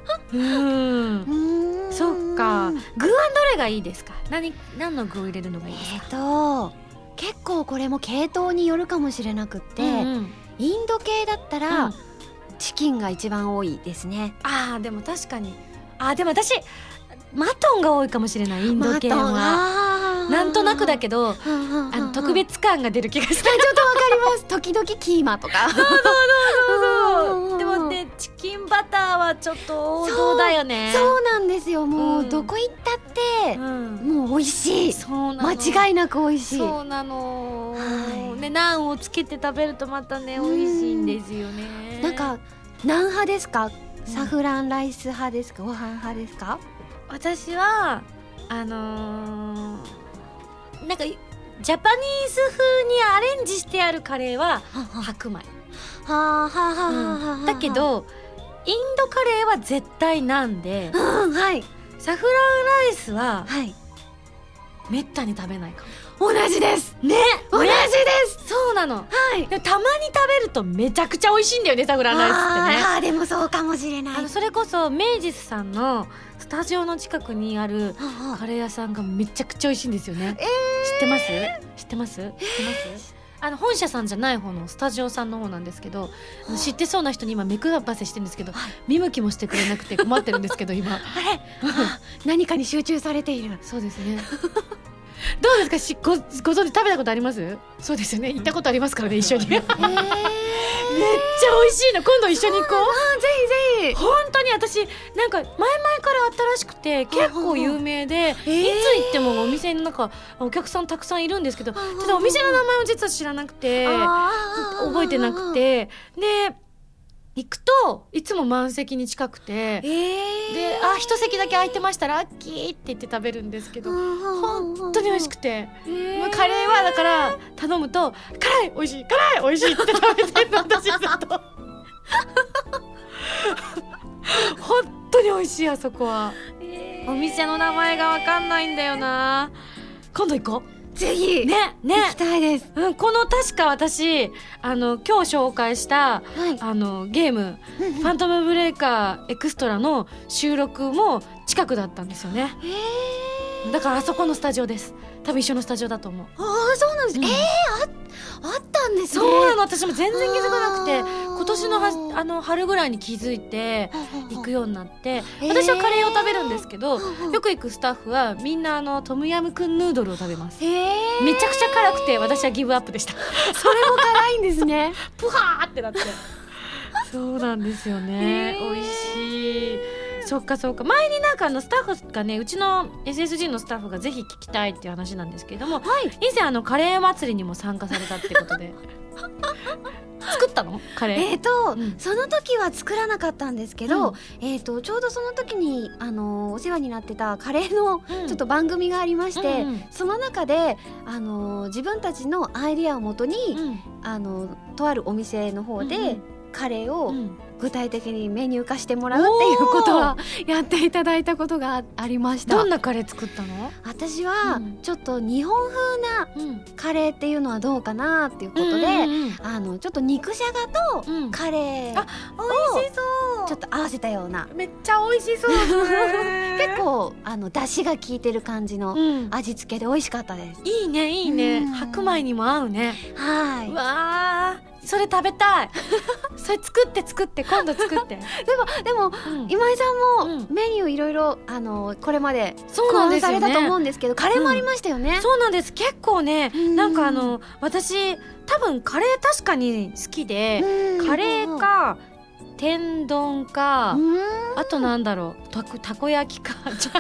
そっか。具はどれがいいですか？何の具を入れるのがいいですか？ 結構これも系統によるかもしれなくって、インド系だったら、チキンが一番多いですね。 でも確かに。でも私マトンが多いかもしれない。インド系はなんとなくだけど特別感が出る気がした。 ちょっとわかります。時々キーマとかそうでもね、チキンバターはちょっと王道だよね。 そうなんですよ。もうどこ行ったって、もう美味しい。間違いなく美味しい。 そうなの。ナンをつけて食べるとまたね美味しいんですよね。 なんかナン派ですか？サフランライス派ですか？ご飯派ですか？ 私はなんかジャパニーズ風にアレンジしてあるカレーは白米だけど、インドカレーは絶対なんで、サフランライスはめったに食べないかも。 同じですね。 同じでです。 そうなの。 はい。 でもたまに食べるとめちゃくちゃ美味しいんだよね、サフランライスってね。 あーでもそうかもしれない。 それこそ明治さんのスタジオの近くにあるカレー屋さんがめちゃくちゃ美味しいんですよね。知ってます？知ってます？知ってます？本社さんじゃない方のスタジオさんの方なんですけど、知ってそうな人に今目配せしてるんですけど、見向きもしてくれなくて困ってるんですけど今。あれ何かに集中されている。 そうですね。どうですか、ご存知、食べたことあります？そうですよね、行ったことありますからね、一緒に。めっちゃ美味しいの。今度一緒に行こう。 ぜひぜひ。 本当に私なんか前々からあったらしくて結構有名で、いつ行ってもお店の中お客さんたくさんいるんですけど、ただお店の名前を実は知らなくて覚えてなくて、で行くといつも満席に近くて、で一席だけ空いてましたらラッキーって言って食べるんですけど、本当に美味しくて、カレーはだから頼むと辛い美味しい辛い美味しいって食べてるの私ずっと本当に美味しい。あそこは、お店の名前が分かんないんだよな。今度行こう。 ぜひね行きたいです。 この確か私今日紹介した、ゲームファントムブレイカーエクストラの収録も近くだったんですよね。だからあそこのスタジオです。多分一緒のスタジオだと思う。 そうなんです。あったんですね。 そうなの。私も全然気づかなくて、今年の春ぐらいに気づいて行くようになって、私はカレーを食べるんですけど、よく行くスタッフはみんなトムヤムクンヌードルを食べます。めちゃくちゃ辛くて私はギブアップでした。 それも辛いんですね。 プハーってなってそうなんですよね。美味しい。そっかそっか。前になんかスタッフがね、うちの SSG のスタッフがぜひ聞きたいっていう話なんですけれども、以前カレー祭りにも参加されたってことで作ったのカレー？ その時は作らなかったんですけど、ちょうどその時にお世話になってたカレーのちょっと番組がありまして、その中で自分たちのアイディアをもとに、とあるお店の方でカレーを具体的にメニュー化してもらうっていうことはやっていただいたことがありました。 どんなカレー作ったの？ 私はちょっと日本風なカレーっていうのはどうかなっていうことで、ちょっと肉じゃがとカレーを美味しそう、 ちょっと合わせたような、 めっちゃ美味しそう結構出汁が効いてる感じの味付けで美味しかったです。 いいねいいね。白米にも合うね。 はい。 うわー、それ食べたいそれ作って今度作ってでも、今井さんもメニューいろいろこれまで考案されたと思うんですけど、カレーもありましたよね。 そうなんです。結構ね、なんか私多分カレー確かに好きで、カレーか天丼か、あとなんだろう、たこ焼きか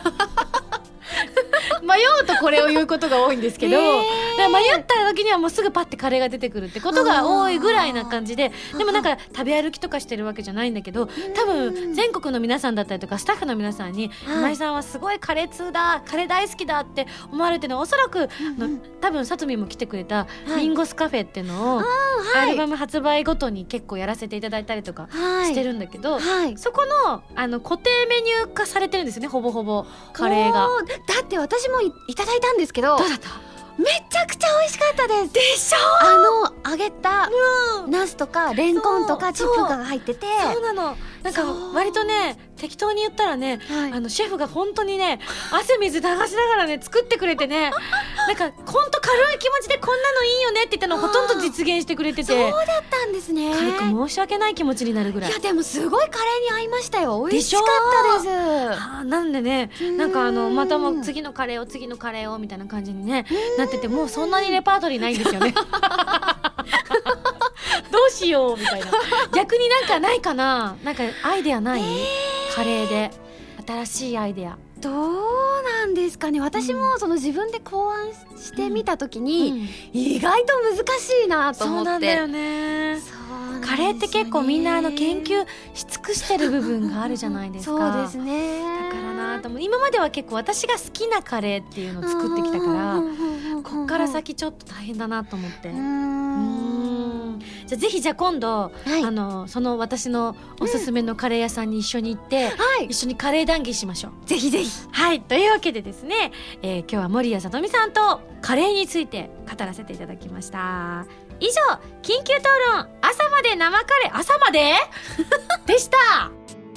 迷うとこれを言うことが多いんですけど、だから迷った時にはもうすぐパッてカレーが出てくるってことが多いぐらいな感じで、でもなんか食べ歩きとかしてるわけじゃないんだけど、多分全国の皆さんだったりとかスタッフの皆さんに、今井さんはすごいカレー通だ、カレー大好きだって思われてるのは、おそらく多分さとみも来てくれたミンゴスカフェっていうのをアルバム発売ごとに結構やらせていただいたりとかしてるんだけど、そこの固定メニュー化されてるんですよね、ほぼほぼカレーが。 だって私もいただいたんですけど、 どうだった？ めちゃくちゃ美味しかったです。 でしょ？ 揚げたナスとかレンコンとかチップが入ってて、 そうなの。なんか割とね、適当に言ったらね、シェフが本当にね、汗水流しながらね作ってくれてね、なんか本当軽い気持ちでこんなのいいよねって言ったのをほとんど実現してくれてて、 そうだったんですね。 軽く申し訳ない気持ちになるぐらい。 いやでもすごいカレーに合いましたよ。美味しかったです。 なんでね、なんかまたもう次のカレーをみたいな感じにねなってて、もうそんなにレパートリーないんですよね。どうしようみたいな。逆になんかないかな、なんかアイデアない？カレーで新しいアイデアどうなんですかね。私もその自分で考案してみた時に、意外と難しいなと思って。 そうなんだよね。カレーって結構みんな研究し尽くしてる部分があるじゃないですか。 そうですね。 だからなと思う。今までは結構私が好きなカレーっていうのを作ってきたから、こっから先ちょっと大変だなと思って。 じゃあぜひじゃあ今度、その私のおすすめのカレー屋さんに一緒に行って、一緒にカレー談義しましょう。 ぜひぜひ。 はい、というわけでですね、今日は守屋さとみさんとカレーについて語らせていただきました。以上、緊急討論朝まで生カレー朝まででした。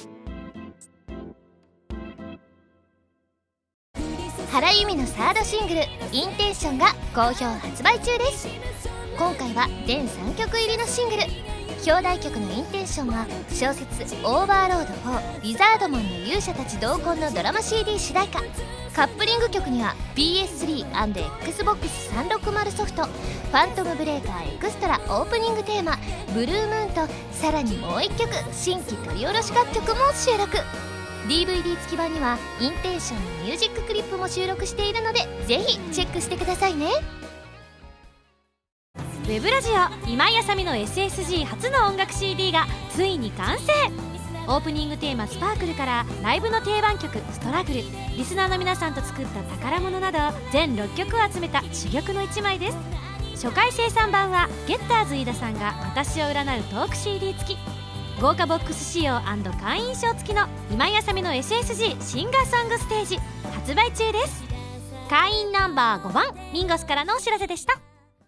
原由美のサードシングル「インテンション」が好評発売中です。今回は全3曲入りのシングル。表題曲の「インテンション」は小説「オーバーロード4リザードマンの勇者たち同梱」のドラマ CD 主題歌。カップリング曲には PS3&Xbox360 ソフト「ファントムブレーカーエクストラ」オープニングテーマ「ブルームーン」とさらにもう1曲新規取り下ろし楽曲も収録。 DVD 付き版にはインテンションのミュージッククリップも収録しているのでぜひチェックしてくださいね。 ウェブラジオ今井あさみの SSG 初の音楽 CD がついに完成。オープニングテーマ「スパークル」からライブの定番曲「ストラグル」、リスナーの皆さんと作った宝物など全6曲を集めた珠玉の1枚です。初回生産版はゲッターズ飯田さんが私を占うトーク CD 付き、豪華ボックス仕様&会員証付きの今井あさみの SSG シンガーソングステージ発売中です。会員ナンバー5番ミンゴスからのお知らせでした。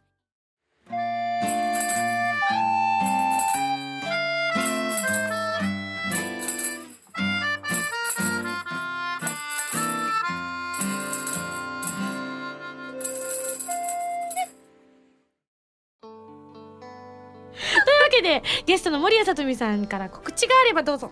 でゲストの守屋さとみさんから告知があればどうぞ。 はい、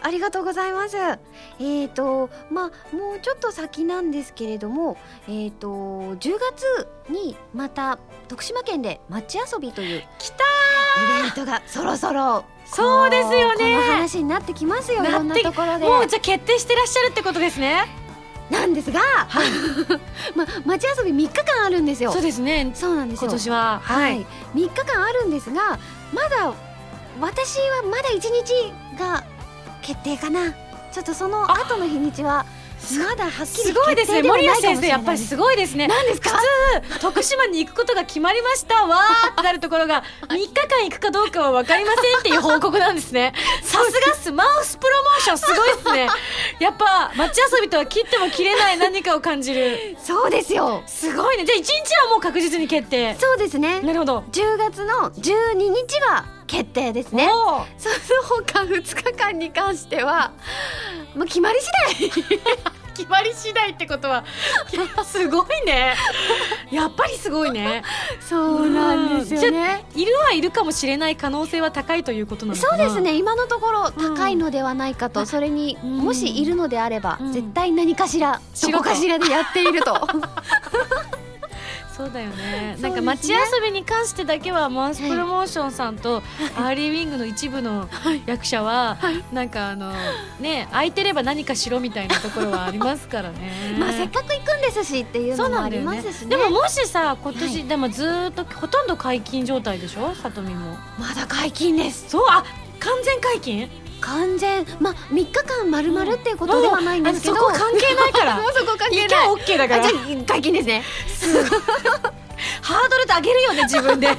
ありがとうございます。もうちょっと先なんですけれども、10月にまた徳島県で街遊びという来たイベントがそろそろそうですよね、 この話になってきますよ。いろんなところでもうじゃあ決定してらっしゃるってことですね。 なんですが、街遊び3日間あるんですよ。 そうですね、 そうなんですよ。 今年は 3日間あるんですが、私はまだ1日が決定かな。ちょっとその後の日にちはまだはっきりすごいですね。守屋先生やっぱりすごいですね。 何ですか？ 普通徳島に行くことが決まりましたわーってなるところが3日間行くかどうかは分かりませんっていう報告なんですね。さすがスマウスプロモーションすごいですね。やっぱ街遊びとは切っても切れない何かを感じる。 そうですよ、 すごいね。じゃあ1日はもう確実に決定。 そうですね。 なるほど。 10月の12日は決定ですね。その他2日間に関してはもう決まり次第決まり次第ってことはすごいね。やっぱりすごいね。 そうなんですよね。 いるはいるかもしれない可能性は高いということなのかな。 そうですね、今のところ高いのではないかと。それにもしいるのであれば、絶対何かしらどこかしらでやっているとそうだよね。なんか街遊びに関してだけはマウスプロモーションさんとアーリーウィングの一部の役者はなんかね、空いてれば何かしろみたいなところはありますからね。 せっかく行くんですしっていうのもありますしね。 でももしさ今年、でもずっとほとんど解禁状態でしょ、さとみも。 まだ解禁です。 そう、完全解禁。 完全3日間丸々っていうことではないんですけど、 そこ関係ないからそこ関係ない。 行けば OK だから。 じゃあ解禁ですね。 ハードル上げるよね自分で。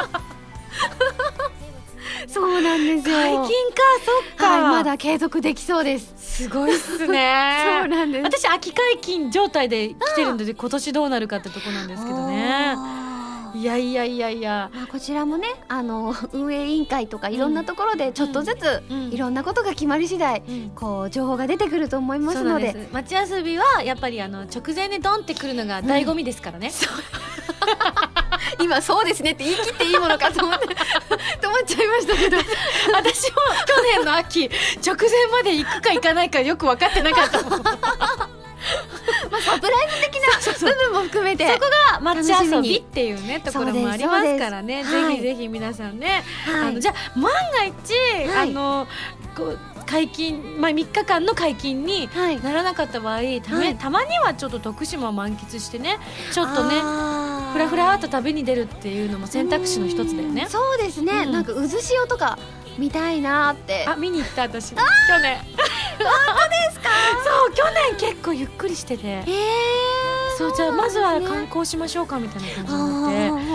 そうなんですよ。 解禁か、そっか、 まだ継続できそうです。 すごいっすね。 そうなんです。 私秋解禁状態で来てるので今年どうなるかってとこなんですけどね。いや、 こちらもね、運営委員会とかいろんなところでちょっとずついろんなことが決まり次第、情報が出てくると思いますので。 街遊びはやっぱり直前でドンってくるのが醍醐味ですからね。 今そうですねって言い切っていいものかと思って止まっちゃいましたけど、 私も去年の秋直前まで行くか行かないかよく分かってなかったもん。 サプライズ的な部分も含めて、 そこが街遊びっていうねところもありますからね。ぜひぜひ皆さんね、じゃあ万が一解禁、3日間の解禁にならなかった場合、たまにはちょっと徳島を満喫してね、ちょっとねふらふらっと旅に出るっていうのも選択肢の一つだよね。 そうですね、なんか渦潮とか見たいなって。 見に行った私去年。 本当ですか？ そう、去年結構ゆっくりしてて、そう、じゃあまずは観光しましょうかみたいな感じになって、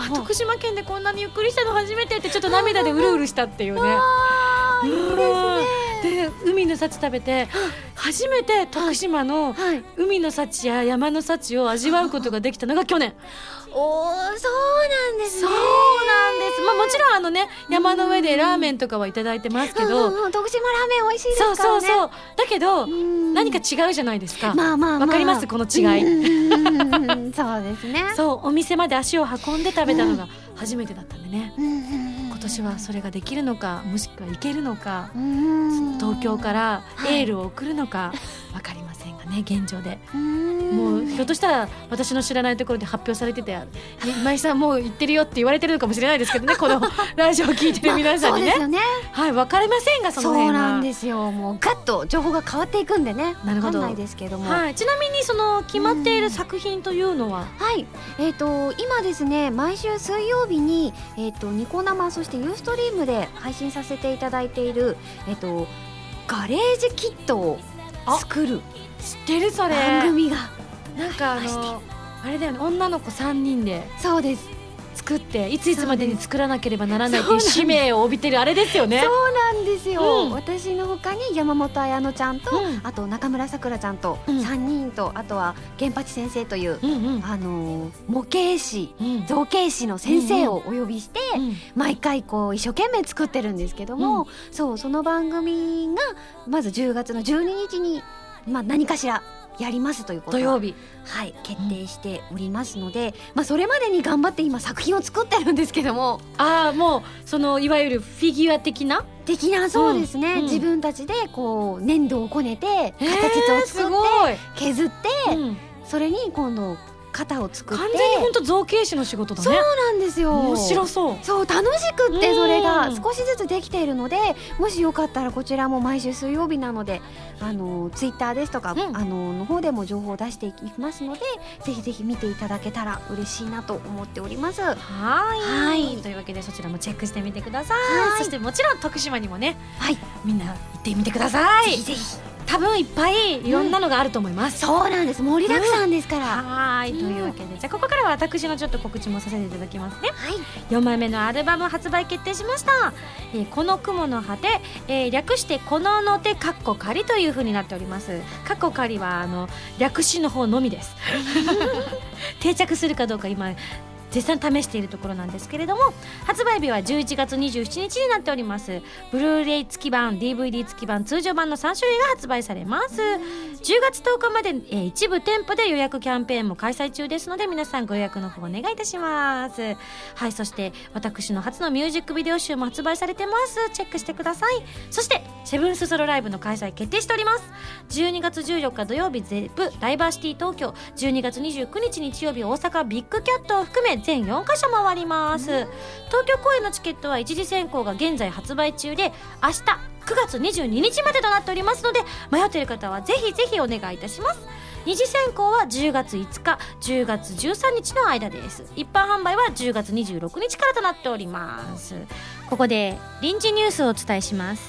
徳島県でこんなにゆっくりしたの初めてってちょっと涙でうるうるしたっていうね。 いいですね。 で海の幸食べて初めて徳島の海の幸や山の幸を味わうことができたのが去年。 そうなんですね。 そうなんです。まあもちろん山の上でラーメンとかはいただいてますけど、 徳島ラーメン美味しいですからね。 そうだけど何か違うじゃないですか。 まあわかりますこの違い。そうですね。 そうお店まで足を運んで食べたのが初めてだったんでね。今年はそれができるのか、もしくは行けるのか、東京からエールを送るのか分かりませんがね、現状で。もうひょっとしたら私の知らないところで発表されてて、今井さんもう行ってるよって言われてるのかもしれないですけどね、このラジオを聞いてる皆さんにね。 そうですよね。 はい、分かりませんがその辺は。 そうなんですよ。もうガッと情報が変わっていくんでね。 なるほど。 分かんないですけども。 はい。ちなみにその決まっている作品というのは、 はい。今ですね、毎週水曜日にニコ生そしてユーストリームで配信させていただいているガレージキットを作る知ってるそれ番組がなんかあれだよね、女の子3人でそうです作っていつまでに作らなければならないっていう使命を帯びてるあれですよね。 そうなんですよ、私の他に山本彩乃ちゃんと、あと中村さくらちゃんと3人と、あとは源八先生という、模型師、造形師の先生をお呼びして、毎回こう一生懸命作ってるんですけども、その番組がまず10月の12日に、何かしらやりますということ土曜日、 はい、決定しておりますので、それまでに頑張って今作品を作ってるんですけども、 もうそのいわゆるフィギュア的なそうですね、自分たちでこう粘土をこねて形を作って削って、それに今度型を作って、 完全に本当造形師の仕事だね。 そうなんですよ。 面白そう。 そう楽しくって、それが少しずつできているので、もしよかったらこちらも毎週水曜日なのでツイッターですとか、の方でも情報を出していきますので、ぜひぜひ見ていただけたら嬉しいなと思っております。 はい、というわけでそちらもチェックしてみてください。そしてもちろん徳島にもね、みんな行ってみてください。 ぜひぜひ。 多分いっぱいいろんなのがあると思います。 そうなんです、盛りだくさんですから。 はい、というわけで、じゃあここからは私のちょっと告知もさせていただきますね。4枚目のアルバム発売決定しました。この雲の果て、略してこのの手かっこ仮という風になっております。かっこ仮は略詞の方のみです定着するかどうか今絶賛試しているところなんですけれども、発売日は11月27日になっております。ブルーレイ付き版、 DVD 付き版、通常版の3種類が発売されます。10月10日まで、一部店舗で予約キャンペーンも開催中ですので、皆さんご予約の方お願いいたします。はい、そして私の初のミュージックビデオ集も発売されてます。チェックしてください。そしてセブンスソロライブの開催決定しております。12月14日土曜日 ZEP ダイバーシティ東京、12月29日日曜日大阪ビッグキャットを含め全4カ所回ります。東京公演のチケットは一次選考が現在発売中で、明日9月22日までとなっておりますので、迷っている方はぜひぜひお願いいたします。二次選考は10月5日10月13日の間です。一般販売は10月26日からとなっております。ここで臨時ニュースをお伝えします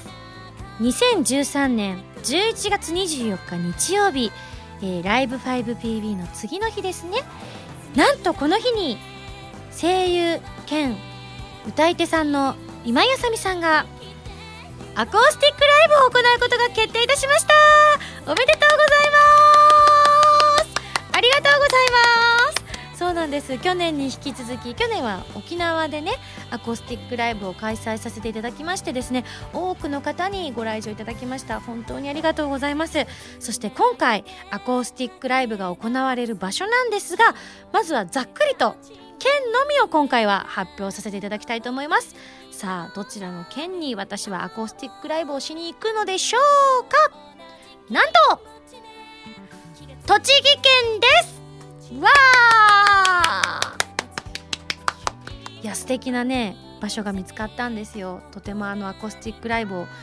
。2013年11月24日日曜日、ライブ 5PB の次の日ですね。なんとこの日に声優兼歌い手さんの今井あさみさんがアコースティックライブを行うことが決定いたしました。おめでとうございます。ありがとうございます。そうなんです。去年に引き続き、去年は沖縄でねアコースティックライブを開催させていただきましてですね、多くの方にご来場いただきました。本当にありがとうございます。そして今回アコースティックライブが行われる場所なんですが、まずはざっくりと県のみを今回は発表させていただきたいと思います。さあどちらの県に私はアコースティックライブをしに行くのでしょうか。なんと栃木県です。わー、いや素敵なね場所が見つかったんですよ。とてもアコースティックライブを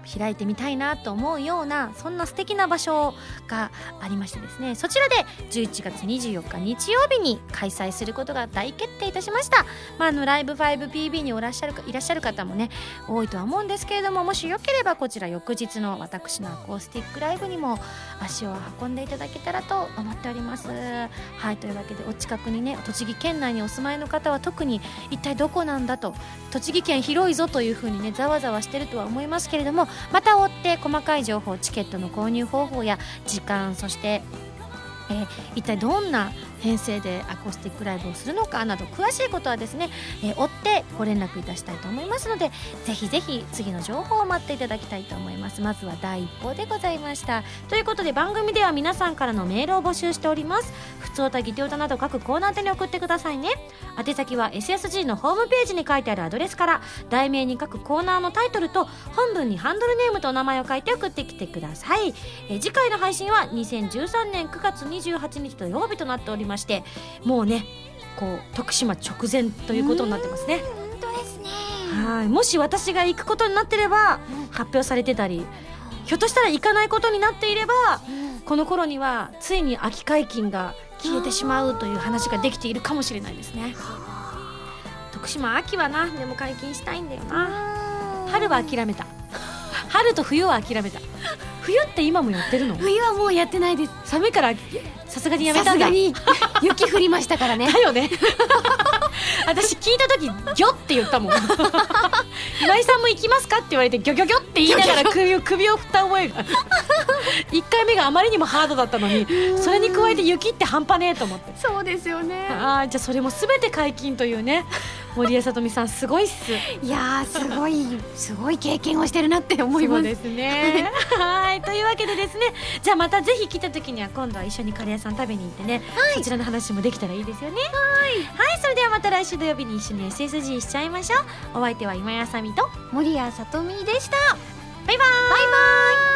開いてみたいなと思うようなそんな素敵な場所がありましてですね、そちらで11月24日日曜日に開催することが大決定いたしました。ライブ 5PB にいらっしゃる方もね多いとは思うんですけれども、もしよければこちら翌日の私のアコースティックライブにも足を運んでいただけたらと思っております。はい、というわけでお近くにね栃木県内にお住まいの方は特に一体どこなんだと、栃木県広いぞというふうにねざわざわしてるとは思いますけれども、また追って細かい情報、チケットの購入方法や時間、そして一体どんな編成でアコースティックライブをするのかなど詳しいことはですね、追ってご連絡いたしたいと思いますので、ぜひぜひ次の情報を待っていただきたいと思います。まずは第一報でございました。ということで番組では皆さんからのメールを募集しております。ふつおた、ぎておたなど各コーナー宛に送ってくださいね。宛先は SSG のホームページに書いてあるアドレスから、題名に各コーナーのタイトルと本文にハンドルネームとお名前を書いて送ってきてください。次回の配信は2013年9月28日土曜日となっておりまして、もうねこう徳島直前ということになってますね。 本当ですね。 はい、もし私が行くことになってれば発表されてたり、ひょっとしたら行かないことになっていれば、この頃にはついに秋解禁が消えてしまうという話ができているかもしれないですね。徳島秋はな、でも解禁したいんだよな。春は諦めた。春と冬は諦めた。冬って今もやってるの？ 冬はもうやってないです。 寒いからさすがにやめたんだ。 さすがに雪降りましたからね。 だよね。私聞いた時ギョって言ったもん。今井さんも行きますかって言われてギョギョギョって言いながら首を振った覚えが。1回目があまりにもハードだったのに、それに加えて雪って半端ねえと思って。 そうですよね。 じゃあそれも全て解禁というね。森江さとみさんすごいっす。 いやーすごい経験をしてるなって思います。 そうですね。はいというわけでですね、じゃあまたぜひ来た時には今度は一緒にカレー屋さん食べに行ってね、そちらの話もできたらいいですよね。はい、それではまた来週土曜日に一緒に SSG しちゃいましょう。お相手は今井あさみと森谷さとみでした。 バイバーイ。 バイバーイ。